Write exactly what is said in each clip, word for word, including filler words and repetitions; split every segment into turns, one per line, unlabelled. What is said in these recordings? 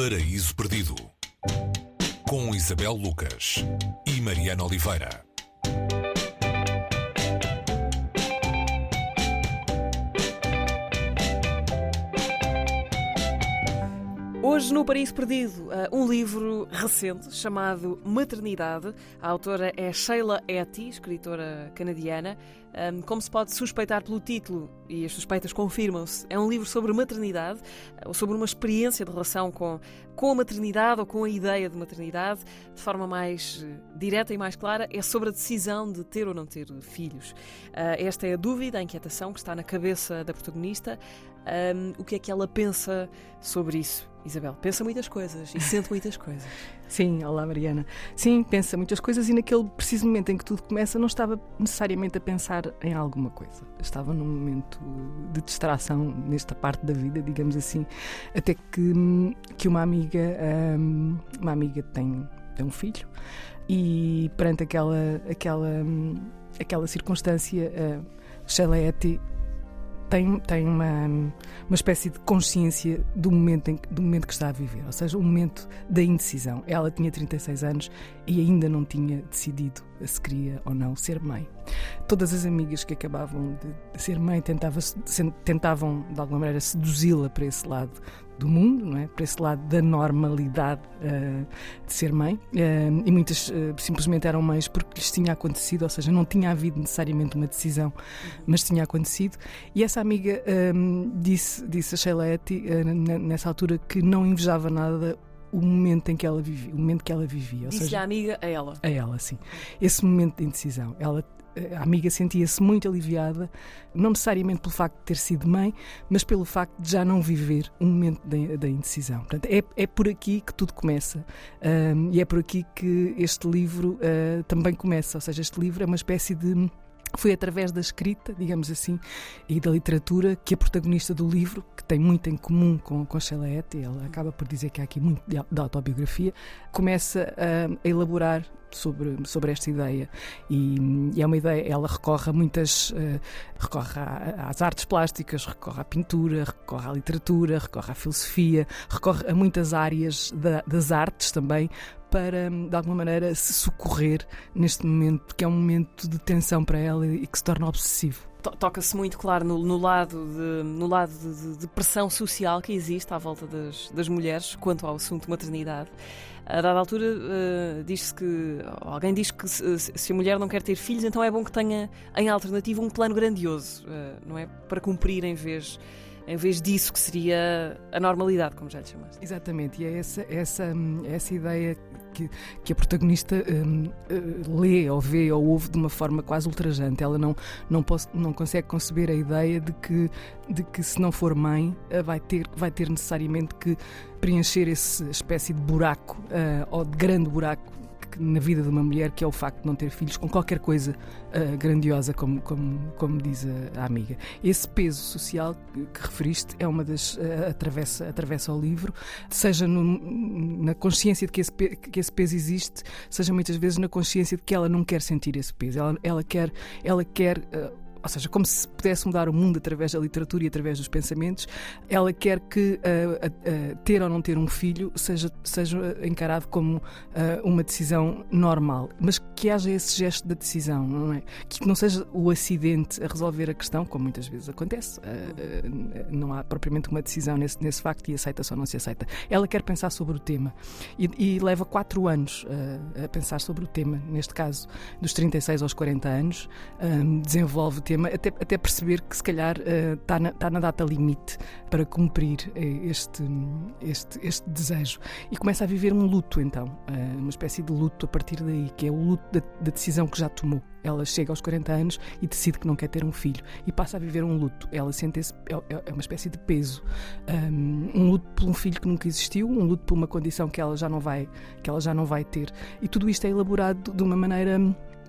Paraíso Perdido, com Isabel Lucas e Mariana Oliveira.
Hoje no Paraíso Perdido, um livro recente chamado Maternidade. A autora é Sheila Heti, escritora canadiana. Como se pode suspeitar pelo título, e as suspeitas confirmam-se, é um livro sobre maternidade, ou sobre uma experiência de relação com, com a maternidade ou com a ideia de maternidade. De forma mais direta e mais clara, é sobre a decisão de ter ou não ter filhos. Esta é a dúvida, a inquietação que está na cabeça da protagonista. Um, o que é que ela pensa sobre isso? Isabel, pensa muitas coisas e sente muitas coisas.
Sim, olá Mariana. Sim, pensa muitas coisas e naquele preciso momento em que tudo começa não estava necessariamente a pensar em alguma coisa. Estava num momento de distração nesta parte da vida, digamos assim, até que, que uma amiga, um, uma amiga tem, tem um filho e perante aquela, aquela, aquela circunstância, uh, Sheila Heti Tem, tem uma, uma espécie de consciência do momento, em, do momento que está a viver, ou seja, o momento da indecisão. Ela tinha trinta e seis anos e ainda não tinha decidido se queria ou não ser mãe. Todas as amigas que acabavam de ser mãe tentavam, tentavam de alguma maneira seduzi-la para esse lado do mundo, não é? Para esse lado da normalidade uh, de ser mãe, uh, e muitas uh, simplesmente eram mães porque lhes tinha acontecido, ou seja, não tinha havido necessariamente uma decisão, mas tinha acontecido. E essa amiga um, disse, disse a Sheila Heti uh, nessa altura que não invejava nada o momento em que ela vivia, o momento que ela vivia. Ou
Disse
seja,
a amiga a ela.
A ela, sim. Esse momento de indecisão. Ela A amiga sentia-se muito aliviada, não necessariamente pelo facto de ter sido mãe, mas pelo facto de já não viver um momento da indecisão. Portanto, é, é por aqui que tudo começa, um, e é por aqui que este livro uh, também começa. Ou seja, este livro é uma espécie de... Foi através da escrita, digamos assim, e da literatura que a protagonista do livro, que tem muito em comum com, com a Sheila Heti, ela acaba por dizer que há aqui muito de, de autobiografia, começa a, a elaborar sobre, sobre esta ideia. E, e é uma ideia, ela recorre a muitas, uh, recorre a, às artes plásticas, recorre à pintura, recorre à literatura, recorre à filosofia, recorre a muitas áreas da, das artes também, para, de alguma maneira, se socorrer neste momento, que é um momento de tensão para ela e que se torna obsessivo.
Toca-se muito, claro, no, no lado, de, no lado de, de pressão social que existe à volta das, das mulheres quanto ao assunto de maternidade. A dada altura, uh, diz-se que, alguém diz que se, se a mulher não quer ter filhos, então é bom que tenha, em alternativa, um plano grandioso, uh, não é? Para cumprir em vez... em vez disso que seria a normalidade, como já lhe chamaste.
Exatamente, e é essa, essa, essa ideia que, que a protagonista um, uh, lê ou vê ou ouve de uma forma quase ultrajante. Ela não, não, pode, não consegue conceber a ideia de que, de que se não for mãe vai ter, vai ter necessariamente que preencher essa espécie de buraco, uh, ou de grande buraco na vida de uma mulher, que é o facto de não ter filhos, com qualquer coisa uh, grandiosa, como, como, como diz a, a amiga. Esse peso social que, que referiste é uma das... Uh, atravessa, atravessa o livro, seja no, na consciência de que esse, que esse peso existe, seja muitas vezes na consciência de que ela não quer sentir esse peso. Ela, ela quer... Ela quer uh, ou seja, como se pudesse mudar o mundo através da literatura e através dos pensamentos. Ela quer que uh, uh, ter ou não ter um filho seja, seja encarado como uh, uma decisão normal, mas que haja esse gesto da decisão, não é? Que não seja o acidente a resolver a questão, como muitas vezes acontece. Uh, uh, não há propriamente uma decisão nesse, nesse facto, e aceita-se ou não se aceita. Ela quer pensar sobre o tema e, e leva quatro anos uh, a pensar sobre o tema, neste caso dos trinta e seis aos quarenta anos, um, desenvolve o tema Até, até perceber que se calhar está uh, na, tá na data limite para cumprir uh, este, este, este desejo, e começa a viver um luto então, uh, uma espécie de luto a partir daí, que é o luto da, da decisão que já tomou. Ela chega aos quarenta anos e decide que não quer ter um filho e passa a viver um luto. Ela sente esse, é, é uma espécie de peso, um, um luto por um filho que nunca existiu, um luto por uma condição que ela já não vai, que ela já não vai ter, e tudo isto é elaborado de uma maneira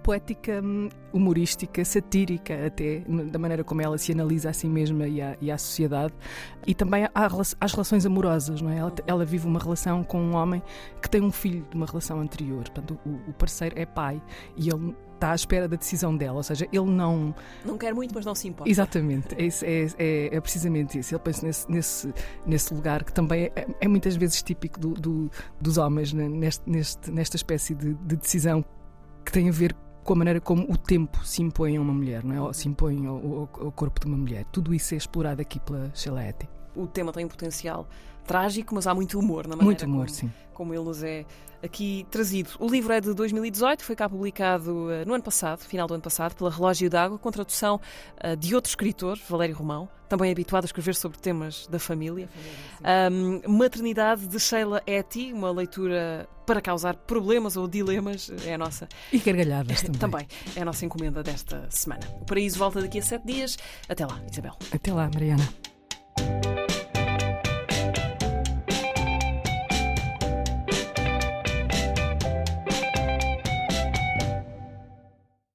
poética hum, humorística, satírica até, da maneira como ela se analisa a si mesma e à, e à sociedade, e também à, às relações amorosas, não é? Ela, ela vive uma relação com um homem que tem um filho de uma relação anterior. Portanto, o, o parceiro é pai e ele está à espera da decisão dela, ou seja, ele não...
Não quer muito, mas não se importa.
Exatamente, é, isso, é, é, é precisamente isso. Ele pensa nesse, nesse, nesse lugar que também é, é muitas vezes típico do, do, dos homens, né? neste, neste, nesta espécie de, de decisão que tem a ver com a maneira como o tempo se impõe a uma mulher, não é? Ou se impõe ao, ao, ao corpo de uma mulher. Tudo isso é explorado aqui pela Sheila Heti.
O tema tem um potencial trágico, mas há muito humor na maneira
muito humor,
como,
sim.
como ele nos é aqui trazido. O livro é de dois mil e dezoito, foi cá publicado uh, no ano passado, final do ano passado, pela Relógio d'Água, com tradução uh, de outro escritor, Valério Romão, também habituado a escrever sobre temas da família. Um, Maternidade, de Sheila Heti, uma leitura para causar problemas ou dilemas, é a nossa...
E gargalhadas também.
Também é a nossa encomenda desta semana. O Paraíso volta daqui a sete dias. Até lá, Isabel.
Até lá, Mariana.